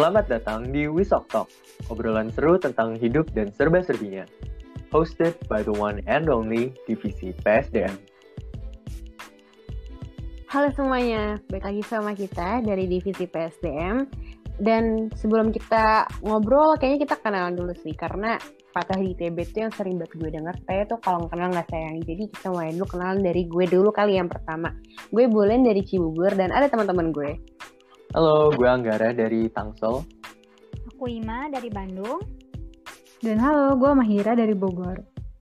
Selamat datang di Wisok Talk, obrolan seru tentang hidup dan serba-serbinya. Hosted by the one and only Divisi PSDM. Halo semuanya, balik lagi sama kita dari Divisi PSDM. Dan sebelum kita ngobrol, kayaknya kita kenalan dulu sih, karena patah di ITB itu yang sering banget gue denger, saya tuh kalau kenal nggak sayang. Jadi kita mulai dulu kenalan dari gue dulu kali yang pertama. Gue Bolen dari Cibubur dan ada teman-teman gue. Halo, gue Anggara dari Tangsel. Aku Ima dari Bandung. Dan halo, gue Mahira dari Bogor.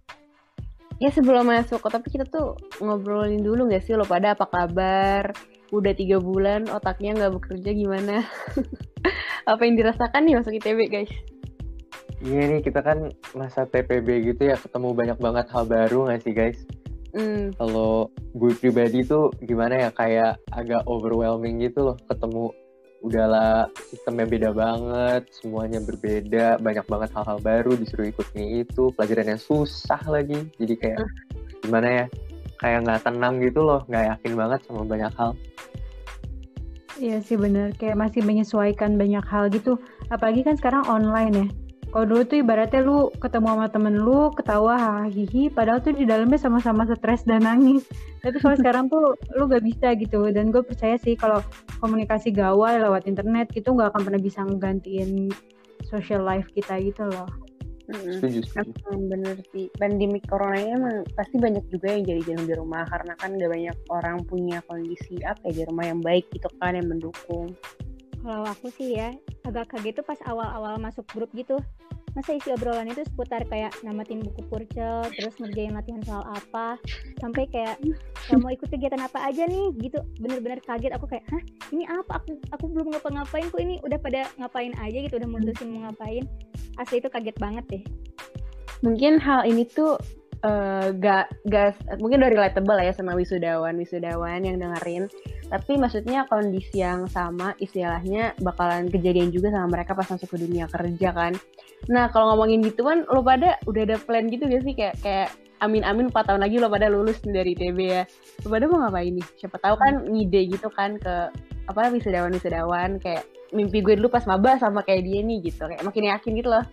Ya sebelum masuk ke topik, kita tuh ngobrolin dulu gak sih lo pada apa kabar? Udah 3 bulan otaknya gak bekerja gimana? Apa yang dirasakan nih masuk ITB guys? Iya nih, kita kan masa TPB gitu ya, ketemu banyak banget hal baru gak sih guys? Kalau gue pribadi tuh gimana ya, kayak agak overwhelming gitu loh, ketemu udahlah sistemnya beda banget, semuanya berbeda, banyak banget hal-hal baru, disuruh ikut ini itu, pelajarannya susah lagi, jadi kayak gimana ya, kayak nggak tenang gitu loh, nggak yakin banget sama banyak hal. Iya sih bener, kayak masih menyesuaikan banyak hal gitu, apalagi kan sekarang online ya. Kalau dulu tuh ibaratnya lu ketemu sama temen lu, ketawa hahihi, padahal tuh di dalamnya sama-sama stres dan nangis. Tapi kalau sekarang tuh lu gak bisa gitu. Dan gue percaya sih kalau komunikasi gawai lewat internet gitu gak akan pernah bisa ngegantiin social life kita gitu loh. Setuju. Bener sih, pandemi corona ini emang pasti banyak juga yang jadi di rumah, karena kan gak banyak orang punya kondisi di rumah yang baik gitu kan, yang mendukung. Kalau aku sih ya, agak kaget tuh pas awal-awal masuk grup gitu. Masa isi obrolan itu seputar kayak namatin buku Purcell, terus ngerjain latihan soal apa, sampai kayak mau ikut kegiatan apa aja nih gitu. Bener-bener kaget, aku kayak, hah ini apa? Aku belum ngapa-ngapain kok, ini udah pada ngapain aja gitu, udah mutusin mau ngapain. Asli itu kaget banget deh. Mungkin hal ini tuh gak mungkin udah relatable ya sama wisudawan yang dengerin. Tapi maksudnya kondisi yang sama istilahnya bakalan kejadian juga sama mereka pas masuk ke dunia kerja kan. Nah kalau ngomongin gitu kan, lo pada udah ada plan gitu gak sih, kayak amin 4 tahun lagi lo pada lulus dari ITB ya. Lo pada mau ngapain nih? Siapa tahu kan ngide gitu kan ke wisudawan kayak mimpi gue dulu pas maba sama kayak dia nih gitu, kayak makin yakin gitu loh.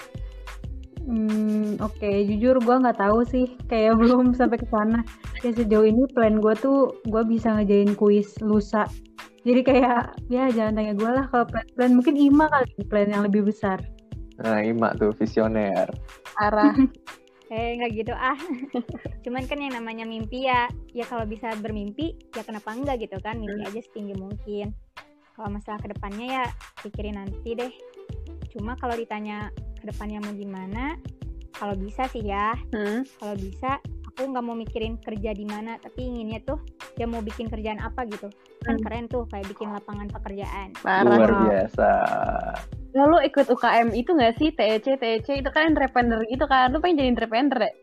Oke, jujur gue nggak tahu sih, kayak belum sampai ke sana. Kayak sejauh ini plan gue tuh gue bisa ngejain kuis lusa. Jadi kayak ya jangan tanya gue lah kalau plan mungkin Ima kali plan yang lebih besar. Nah, Ima tuh visioner. Arah. Nggak gitu Cuman kan yang namanya mimpi ya kalau bisa bermimpi ya kenapa enggak gitu kan, mimpi aja setinggi mungkin. Kalau masalah kedepannya ya pikirin nanti deh. Cuma kalau ditanya kedepannya mau gimana, kalau bisa sih ya, kalau bisa aku nggak mau mikirin kerja di mana, tapi inginnya tuh ya mau bikin kerjaan apa gitu. Kan keren tuh kayak bikin lapangan pekerjaan. Luar biasa. Lalu ikut UKM itu nggak sih, TEC itu kan entrepreneur gitu kan, lu pengen jadi entrepreneur deh?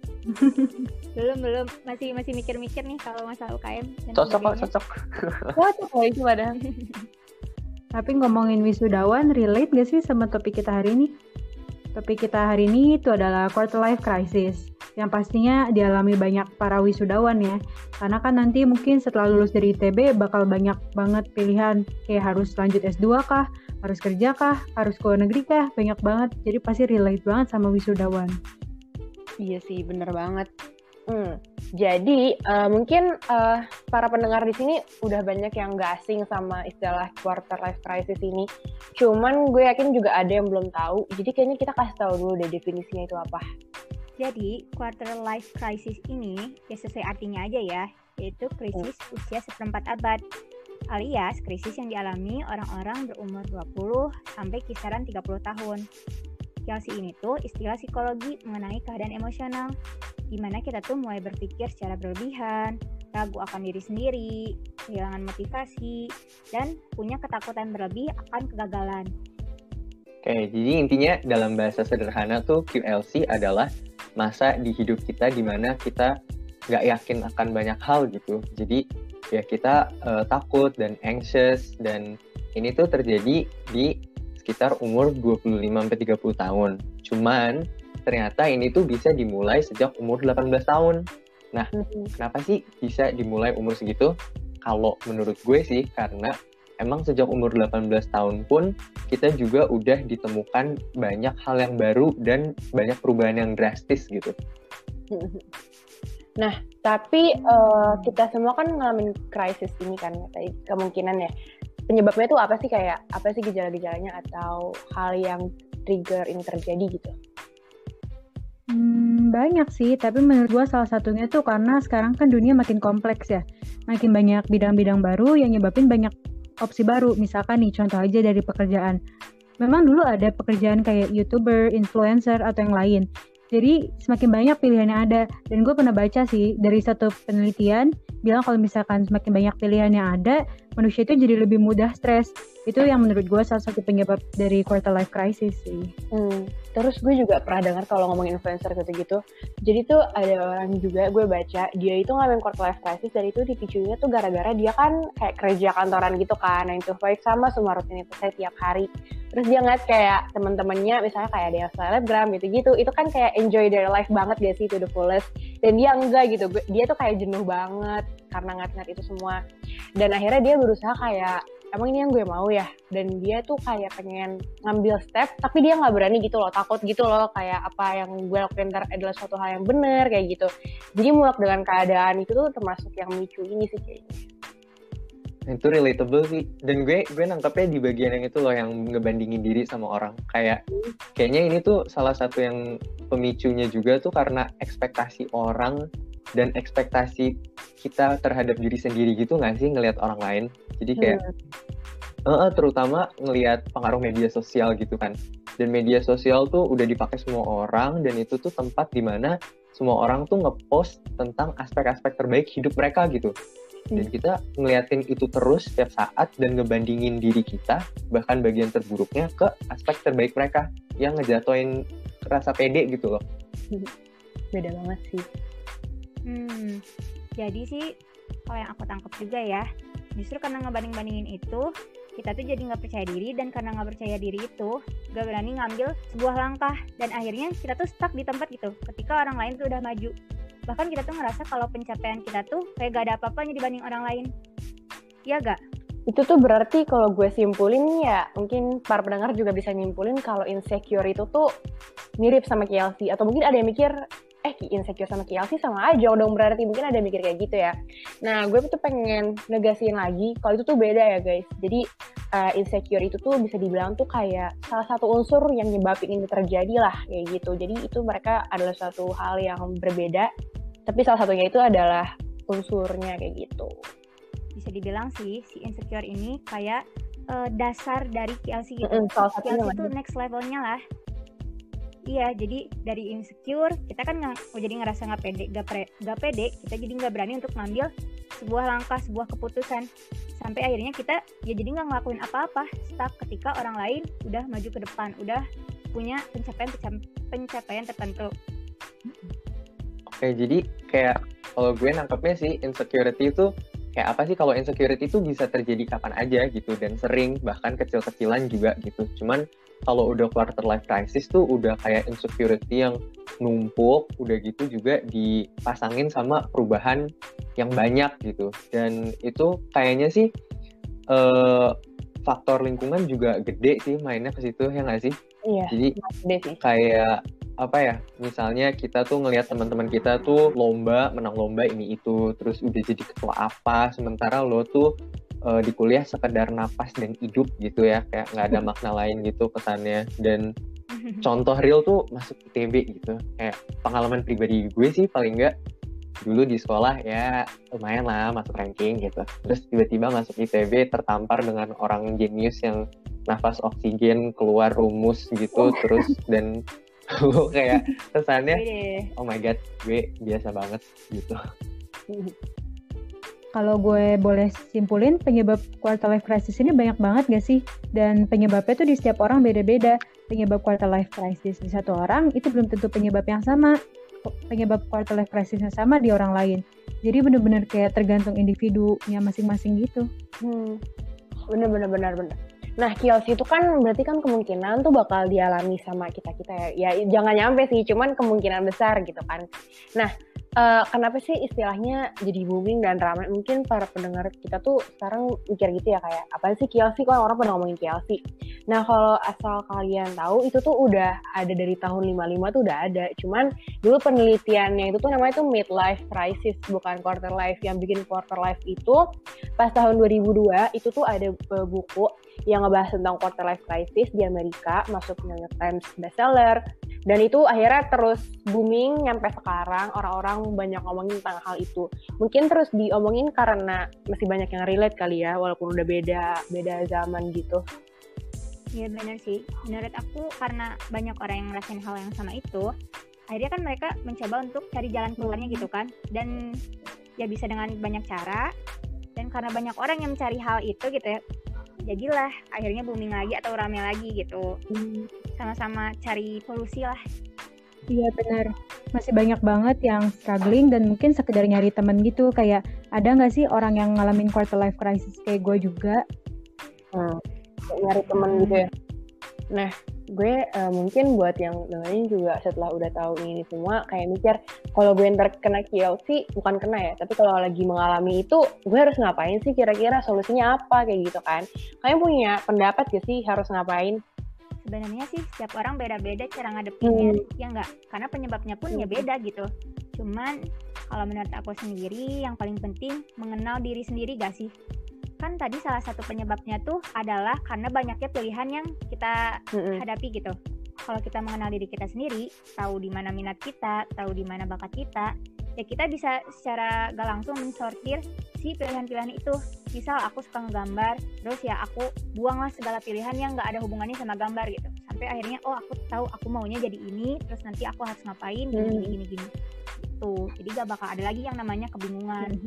belum masih mikir-mikir nih kalau masalah UKM. Cocok. Cocok itu padahal. Tapi ngomongin wisudawan, relate gak sih sama topik kita hari ini? Topik kita hari ini itu adalah quarter life crisis, yang pastinya dialami banyak para wisudawan ya. Karena kan nanti mungkin setelah lulus dari ITB bakal banyak banget pilihan, kayak harus lanjut S2 kah, harus kerja kah, harus ke luar negeri kah, banyak banget. Jadi pasti relate banget sama wisudawan. Iya sih, bener banget. Jadi mungkin para pendengar di sini udah banyak yang nggak asing sama istilah quarter life crisis ini. Cuman gue yakin juga ada yang belum tahu. Jadi kayaknya kita kasih tahu dulu deh definisinya itu apa. Jadi quarter life crisis ini ya sesuai artinya aja ya, yaitu krisis usia seperempat abad. Alias krisis yang dialami orang-orang berumur 20 sampai kisaran 30 tahun. Yang ini tuh istilah psikologi mengenai keadaan emosional, di mana kita tuh mulai berpikir secara berlebihan, ragu akan diri sendiri, kehilangan motivasi, dan punya ketakutan berlebih akan kegagalan. Oke, jadi intinya dalam bahasa sederhana tuh QLC adalah masa di hidup kita di mana kita nggak yakin akan banyak hal gitu. Jadi ya kita takut dan anxious, dan ini tuh terjadi di sekitar umur 25-30 tahun. Cuman ternyata ini tuh bisa dimulai sejak umur 18 tahun. Nah, kenapa sih bisa dimulai umur segitu? Kalau menurut gue sih karena emang sejak umur 18 tahun pun kita juga udah ditemukan banyak hal yang baru dan banyak perubahan yang drastis gitu. Nah, tapi kita semua kan ngalamin krisis ini kan, kemungkinan ya. Penyebabnya tuh apa sih, kayak apa sih gejala-gejalanya atau hal yang trigger ini terjadi gitu? Banyak sih, tapi menurut gue salah satunya tuh karena sekarang kan dunia makin kompleks ya. Makin banyak bidang-bidang baru yang nyebabin banyak opsi baru. Misalkan nih, contoh aja dari pekerjaan. Memang dulu ada pekerjaan kayak YouTuber, influencer, atau yang lain. Jadi semakin banyak pilihan yang ada. Dan gue pernah baca sih dari satu penelitian bilang kalau misalkan semakin banyak pilihan yang ada, manusia itu jadi lebih mudah stres. Itu yang menurut gue salah satu penyebab dari quarter life crisis sih. Terus gue juga pernah dengar kalau ngomongin influencer gitu-gitu. Jadi tuh ada orang juga gue baca, dia itu ngalamin quarter life crisis dan itu dipicunya tuh gara-gara dia kan kayak kerja kantoran gitu kan, 9 to 5 sama semua rutinitas saya tiap hari. Terus dia ngeliat kayak teman-temannya misalnya kayak ada yang selebgram gitu-gitu, itu kan kayak enjoy their life banget gak sih to the fullest. Dan dia enggak gitu, dia tuh kayak jenuh banget karena ngeliat itu semua. Dan akhirnya dia berusaha kayak, emang ini yang gue mau ya, dan dia tuh kayak pengen ngambil step tapi dia nggak berani gitu loh, takut gitu loh, kayak apa yang gue lakuin adalah suatu hal yang benar kayak gitu. Jadi muak dengan keadaan itu tuh termasuk yang memicu ini sih kayaknya. Itu relatable sih, dan gue nangkepnya di bagian yang itu loh, yang ngebandingin diri sama orang. Kayaknya ini tuh salah satu yang pemicunya juga tuh karena ekspektasi orang dan ekspektasi kita terhadap diri sendiri gitu nggak sih, ngelihat orang lain. Jadi kayak terutama ngelihat pengaruh media sosial gitu kan. Dan media sosial tuh udah dipakai semua orang, dan itu tuh tempat dimana semua orang tuh ngepost tentang aspek-aspek terbaik hidup mereka gitu. Dan kita ngeliatin itu terus setiap saat dan ngebandingin diri kita, bahkan bagian terburuknya, ke aspek terbaik mereka, yang ngejatuhin rasa pede gitu loh. Beda banget sih. Jadi sih kalau yang aku tangkap juga ya, justru karena ngebanding-bandingin itu, kita tuh jadi nggak percaya diri, dan karena nggak percaya diri itu nggak berani ngambil sebuah langkah, dan akhirnya kita tuh stuck di tempat gitu ketika orang lain tuh udah maju. Bahkan kita tuh ngerasa kalau pencapaian kita tuh kayak gak ada apa-apanya dibanding orang lain. Iya gak? Itu tuh berarti kalau gue simpulin ya, mungkin para pendengar juga bisa nyimpulin kalau insecure itu tuh mirip sama KLC. Atau mungkin ada yang mikir, insecure sama KLC sama aja dong, berarti mungkin ada yang mikir kayak gitu ya. Nah, gue tuh pengen negasiin lagi kalau itu tuh beda ya guys. Jadi insecure itu tuh bisa dibilang tuh kayak salah satu unsur yang nyebabin ini terjadi lah kayak gitu. Jadi itu mereka adalah suatu hal yang berbeda, tapi salah satunya itu adalah unsurnya kayak gitu. Bisa dibilang sih si insecure ini kayak dasar dari KLC gitu. Salah satunya KLC itu next levelnya lah. Iya, jadi dari insecure kita kan jadi ngerasa nggak pede, kita jadi nggak berani untuk ngambil sebuah langkah, sebuah keputusan, sampai akhirnya kita ya jadi nggak ngelakuin apa-apa, stuck ketika orang lain udah maju ke depan, udah punya pencapaian tertentu. Oke, jadi kayak kalau gue nangkepnya sih insecurity itu kayak apa sih? Kalau insecurity itu bisa terjadi kapan aja gitu, dan sering, bahkan kecil-kecilan juga gitu. Cuman kalau udah quarter life crisis tuh udah kayak insecurity yang numpuk, udah gitu juga dipasangin sama perubahan yang banyak gitu. Dan itu kayaknya sih faktor lingkungan juga gede sih mainnya ke situ, ya nggak sih? Iya. Jadi kayak apa ya, misalnya kita tuh ngelihat teman-teman kita tuh menang lomba ini itu, terus udah jadi ketua apa, sementara lo tuh di kuliah sekedar napas dan hidup gitu ya, kayak nggak ada makna lain gitu kesannya. Dan contoh real tuh masuk ITB gitu, kayak pengalaman pribadi gue sih paling nggak dulu di sekolah ya lumayan lah masuk ranking gitu, terus tiba-tiba masuk ITB tertampar dengan orang jenius yang nafas oksigen keluar rumus gitu, terus dan kayak kesannya oh my god, gue biasa banget gitu. Kalau gue boleh simpulin, penyebab quarter life crisis ini banyak banget gak sih? Dan penyebabnya tuh di setiap orang beda-beda. Penyebab quarter life crisis di satu orang itu belum tentu penyebab yang sama. Penyebab quarter life crisisnya sama di orang lain. Jadi benar-benar kayak tergantung individunya masing-masing gitu. Bener. Nah, KLC itu kan berarti kan kemungkinan tuh bakal dialami sama kita-kita ya. Ya jangan nyampe sih, cuman kemungkinan besar gitu kan. Nah, kenapa sih istilahnya jadi booming dan ramai? Mungkin para pendengar kita tuh sekarang mikir gitu ya, kayak apa sih KLC, kok orang pada ngomongin KLC. Nah, kalau asal kalian tahu, itu tuh udah ada dari tahun 55 tuh udah ada. Cuman dulu penelitiannya itu tuh namanya tuh midlife crisis, bukan quarter life. Yang bikin quarter life itu pas tahun 2002 itu tuh ada buku yang ngebahas tentang quarter life crisis di Amerika, masuk New York Times bestseller. Dan itu akhirnya terus booming nyampe sekarang, orang-orang banyak ngomongin tentang hal itu. Mungkin terus diomongin karena masih banyak yang relate kali ya, walaupun udah beda zaman gitu. Iya benar sih, menurut aku karena banyak orang yang ngerasain hal yang sama itu, akhirnya kan mereka mencoba untuk cari jalan keluarnya gitu kan. Dan ya bisa dengan banyak cara, dan karena banyak orang yang mencari hal itu gitu ya, jadilah akhirnya booming lagi atau rame lagi gitu. Sama-sama cari solusi lah. Iya benar, masih banyak banget yang struggling dan mungkin sekedar nyari temen gitu. Kayak ada nggak sih orang yang ngalamin quarter life crisis kayak gue juga? Nyari temen gitu ya. Nah, gue mungkin buat yang dengerin juga setelah udah tahu ini semua kayak mikir, kalau gue ntar kena KLC, bukan kena ya, tapi kalau lagi mengalami itu, gue harus ngapain sih, kira-kira solusinya apa, kayak gitu kan. Kalian punya pendapat gak sih harus ngapain? Sebenarnya sih setiap orang beda-beda cara ngadepinnya, ya enggak? Karena penyebabnya pun ya beda gitu. Cuman kalau menurut aku sendiri yang paling penting mengenal diri sendiri gak sih? Kan tadi salah satu penyebabnya tuh adalah karena banyaknya pilihan yang kita hadapi gitu. Kalau kita mengenal diri kita sendiri, tahu di mana minat kita, tahu di mana bakat kita, ya kita bisa secara gak langsung mensortir si pilihan-pilihan itu. Misal aku suka ngegambar, terus ya aku buanglah segala pilihan yang gak ada hubungannya sama gambar gitu. Sampai akhirnya aku tahu aku maunya jadi ini, terus nanti aku harus ngapain gini. Gitu. Jadi gak bakal ada lagi yang namanya kebingungan.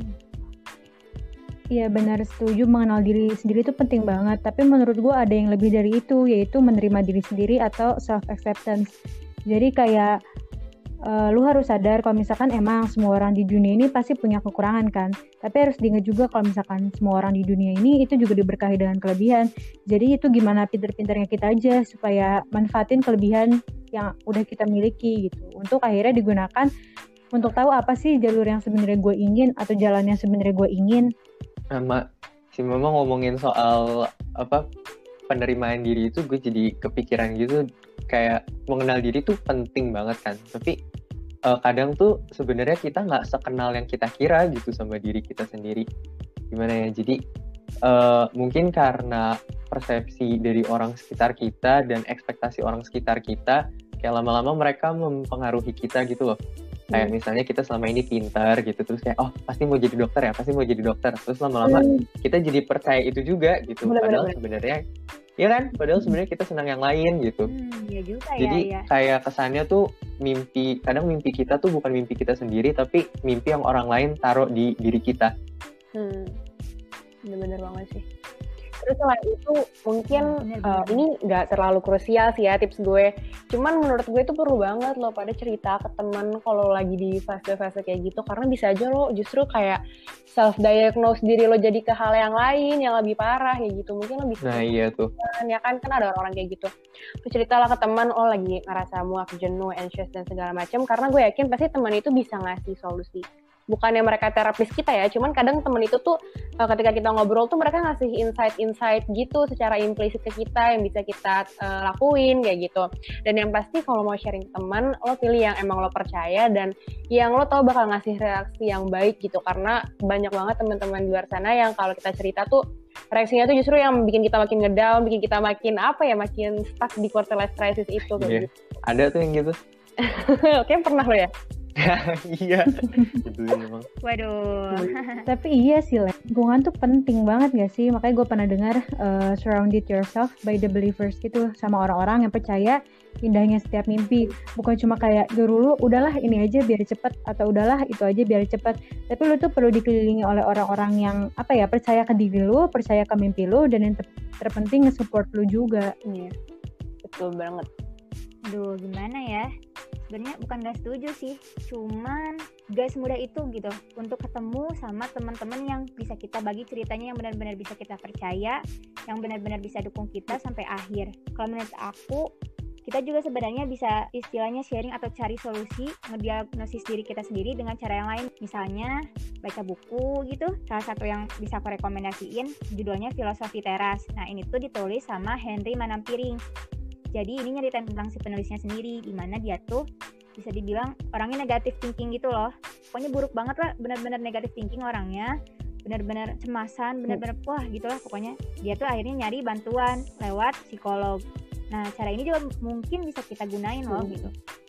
Iya benar, setuju. Mengenal diri sendiri itu penting banget. Tapi menurut gue ada yang lebih dari itu, yaitu menerima diri sendiri atau self-acceptance. Jadi kayak lu harus sadar kalau misalkan emang semua orang di dunia ini pasti punya kekurangan kan. Tapi harus diingat juga kalau misalkan semua orang di dunia ini itu juga diberkahi dengan kelebihan. Jadi itu gimana pinter-pinternya kita aja supaya manfaatin kelebihan yang udah kita miliki gitu. Untuk akhirnya digunakan untuk tahu apa sih jalur yang sebenarnya gue ingin atau jalan yang sebenarnya gue ingin. Sama si Mama ngomongin soal penerimaan diri itu, gue jadi kepikiran gitu, kayak mengenal diri tuh penting banget kan, tapi kadang tuh sebenarnya kita nggak sekenal yang kita kira gitu sama diri kita sendiri. Gimana ya, jadi mungkin karena persepsi dari orang sekitar kita dan ekspektasi orang sekitar kita, kayak lama-lama mereka mempengaruhi kita gitu loh. Kayak misalnya kita selama ini pintar gitu, terus kayak pasti mau jadi dokter ya, pasti mau jadi dokter. Terus lama-lama kita jadi percaya itu juga gitu. Padahal sebenarnya, ya kan? Padahal sebenarnya kita senang yang lain gitu. Iya juga. Jadi kayak kesannya tuh kadang mimpi kita tuh bukan mimpi kita sendiri, tapi mimpi yang orang lain taruh di diri kita. Bener-bener banget sih. Terus selain itu mungkin ini nggak terlalu krusial sih ya tips gue. Cuman menurut gue itu perlu banget lo pada cerita ke teman kalau lagi di fase-fase kayak gitu. Karena bisa aja lo justru kayak self-diagnose diri lo jadi ke hal yang lain yang lebih parah kayak gitu. Mungkin lo bisa. Nah iya tuh. Ya kan ada orang-orang kayak gitu. Terus ceritalah ke teman, lagi ngerasa muak, jenuh, anxious dan segala macam. Karena gue yakin pasti teman itu bisa ngasih solusi. Bukannya mereka terapis kita ya, cuman kadang temen itu tuh ketika kita ngobrol tuh mereka ngasih insight gitu secara implisit ke kita yang bisa kita lakuin kayak gitu. Dan yang pasti kalau mau sharing teman, lo pilih yang emang lo percaya dan yang lo tau bakal ngasih reaksi yang baik gitu. Karena banyak banget teman-teman di luar sana yang kalau kita cerita tuh reaksinya tuh justru yang bikin kita makin ngedown, bikin kita makin makin stuck di quarter life crisis itu. Gitu. Ada tuh yang gitu. Oke, pernah lo ya? Iya, nyebelin emang. Waduh. Tapi iya sih, lingkungan tuh penting banget gak sih? Makanya gue pernah dengar surrounded yourself by the believers gitu, sama orang-orang yang percaya indahnya setiap mimpi. Bukan cuma kayak dulu udahlah ini aja biar cepet, atau udahlah itu aja biar cepet. Tapi lu tuh perlu dikelilingi oleh orang-orang yang percaya ke diri lu, percaya ke mimpi lu, dan yang terpenting nge-support lu juga. Iya, betul banget. Aduh, gimana ya? Sebenarnya bukan gak setuju sih, cuman gak semudah itu gitu untuk ketemu sama teman-teman yang bisa kita bagi ceritanya, yang benar-benar bisa kita percaya, yang benar-benar bisa dukung kita sampai akhir. Kalau menurut aku, Kita juga sebenarnya bisa istilahnya sharing atau cari solusi, ngediagnosis diri kita sendiri dengan cara yang lain. Misalnya baca buku gitu. Salah satu yang bisa aku rekomendasiin judulnya Filosofi Teras. Nah ini tuh ditulis sama Henry Manampiring. Jadi ini nyeritain tentang si penulisnya sendiri, di mana dia tuh bisa dibilang orangnya negative thinking gitu loh. Pokoknya buruk banget lah, benar-benar negative thinking orangnya. Benar-benar cemasan, benar-benar wah gitu lah pokoknya. Dia tuh akhirnya nyari bantuan lewat psikolog. Nah, cara ini juga mungkin bisa kita gunain loh gitu.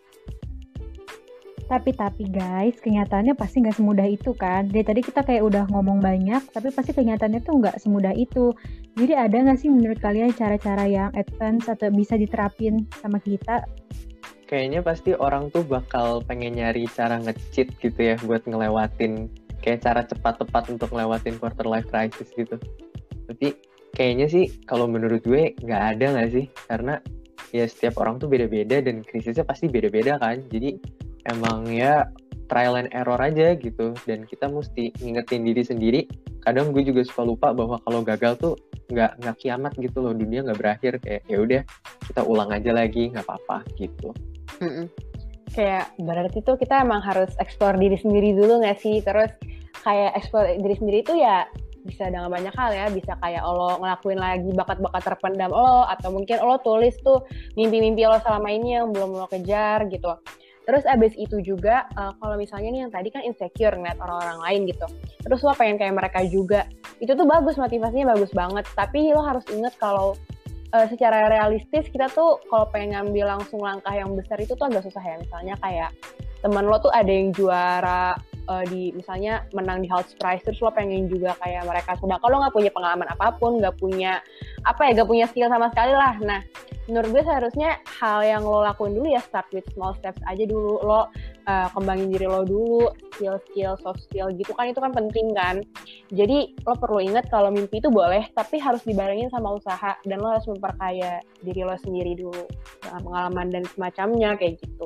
Tapi guys, kenyataannya pasti nggak semudah itu kan. Dari tadi kita kayak udah ngomong banyak, tapi pasti kenyataannya tuh nggak semudah itu. Jadi ada nggak sih menurut kalian cara-cara yang advance atau bisa diterapin sama kita? Kayaknya pasti orang tuh bakal pengen nyari cara nge-cheat gitu ya buat ngelewatin, kayak cara cepat-tepat untuk ngelewatin quarter life crisis gitu. Tapi kayaknya sih kalau menurut gue nggak ada nggak sih, karena ya setiap orang tuh beda-beda dan krisisnya pasti beda-beda kan. Jadi emang ya trial and error aja gitu, dan kita mesti ngingetin diri sendiri. Kadang gue juga suka lupa bahwa kalau gagal tuh nggak kiamat gitu loh, dunia nggak berakhir. Kayak ya udah kita ulang aja lagi, nggak apa-apa gitu. Kayak berarti tuh kita emang harus explore diri sendiri dulu nggak sih? Terus kayak explore diri sendiri itu ya bisa dengan banyak hal ya, bisa kayak lo ngelakuin lagi bakat-bakat terpendam lo, atau mungkin lo tulis tuh mimpi-mimpi lo selama ini yang belum lo kejar gitu. Terus abis itu juga kalau misalnya nih yang tadi kan insecure ngeliat orang-orang lain gitu, terus lo pengen kayak mereka juga, itu tuh bagus, motivasinya bagus banget. Tapi lo harus inget kalau secara realistis kita tuh kalau pengen ngambil langsung langkah yang besar itu tuh agak susah ya. Misalnya kayak teman lo tuh ada yang juara di misalnya menang di House Prize, terus lo pengen juga kayak mereka, sedangkan lo nggak punya pengalaman apapun, nggak punya skill sama sekali lah. Nah menurut gue seharusnya hal yang lo lakuin dulu ya, start with small steps aja dulu. Lo kembangin diri lo dulu, skill soft skill gitu kan, itu kan penting kan. Jadi lo perlu ingat kalau mimpi itu boleh, tapi harus dibarengin sama usaha, dan lo harus memperkaya diri lo sendiri dulu dengan pengalaman dan semacamnya kayak gitu.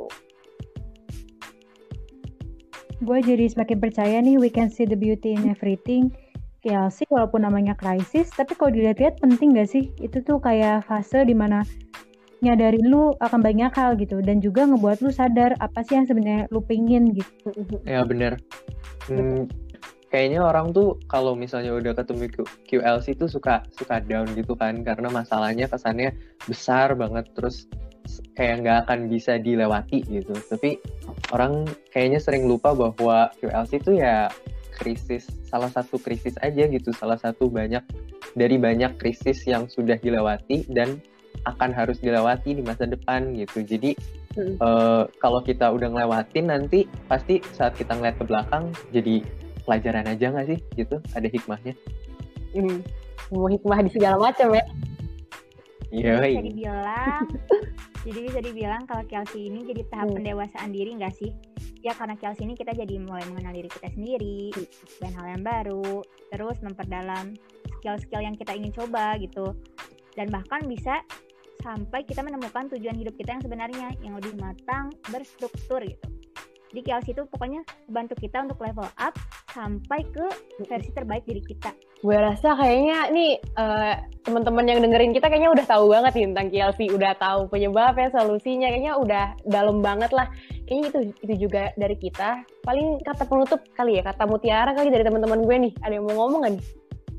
Gue jadi semakin percaya nih, we can see the beauty in everything. KLC walaupun namanya krisis, tapi kalau dilihat-lihat penting gak sih? Itu tuh kayak fase dimana nyadarin lu akan banyak hal gitu, dan juga ngebuat lu sadar apa sih yang sebenarnya lu pengen gitu. Ya bener. Kayaknya orang tuh kalau misalnya udah ketemu QLC tuh suka down gitu kan, karena masalahnya kesannya besar banget, terus kayak nggak akan bisa dilewati gitu. Tapi orang kayaknya sering lupa bahwa QLC itu ya krisis, salah satu krisis aja gitu, salah satu dari banyak krisis yang sudah dilewati dan akan harus dilewati di masa depan gitu. Jadi kalau kita udah ngelewatin, nanti pasti saat kita ngeliat ke belakang jadi pelajaran aja nggak sih gitu, ada hikmahnya. Mau hikmah di segala macam ya. Iya. Jadi bisa dibilang kalau KLC ini jadi tahap pendewasaan diri nggak sih? Ya karena KLC ini kita jadi mulai mengenal diri kita sendiri dan hal yang baru, terus memperdalam skill-skill yang kita ingin coba gitu, dan bahkan bisa sampai kita menemukan tujuan hidup kita yang sebenarnya, yang lebih matang, berstruktur gitu. Jadi KLC itu pokoknya bantu kita untuk level up sampai ke versi terbaik diri kita. Gue rasa kayaknya nih teman-teman yang dengerin kita kayaknya udah tahu banget nih tentang KLC, udah tahu penyebabnya, solusinya, kayaknya udah dalam banget lah. Kayaknya itu juga dari kita. Paling kata penutup kali ya, kata mutiara kali dari teman-teman gue nih. Ada yang mau ngomong nggak nih?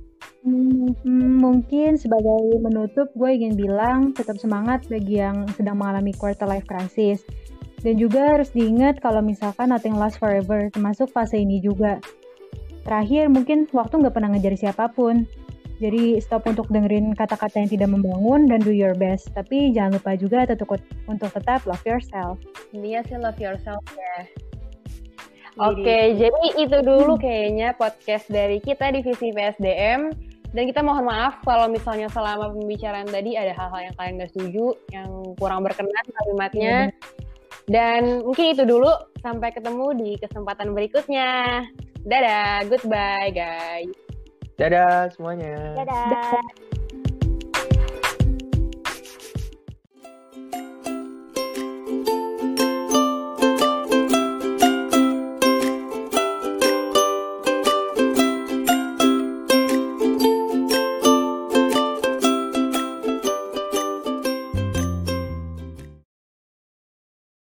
Mungkin sebagai menutup gue ingin bilang tetap semangat bagi yang sedang mengalami quarter life crisis. Dan juga harus diingat kalau misalkan nothing lasts forever, termasuk fase ini juga. Terakhir, mungkin waktu nggak pernah ngejar siapapun. Jadi stop untuk dengerin kata-kata yang tidak membangun dan do your best. Tapi jangan lupa juga untuk tetap love yourself. Iya sih, love yourself ya. Oke, jadi itu dulu kayaknya podcast dari kita divisi PSDM. Dan kita mohon maaf kalau misalnya selama pembicaraan tadi ada hal-hal yang kalian nggak setuju, yang kurang berkenan kalimatnya. Dan mungkin itu dulu, sampai ketemu di kesempatan berikutnya. Dadah, goodbye guys. Dadah semuanya. Dadah.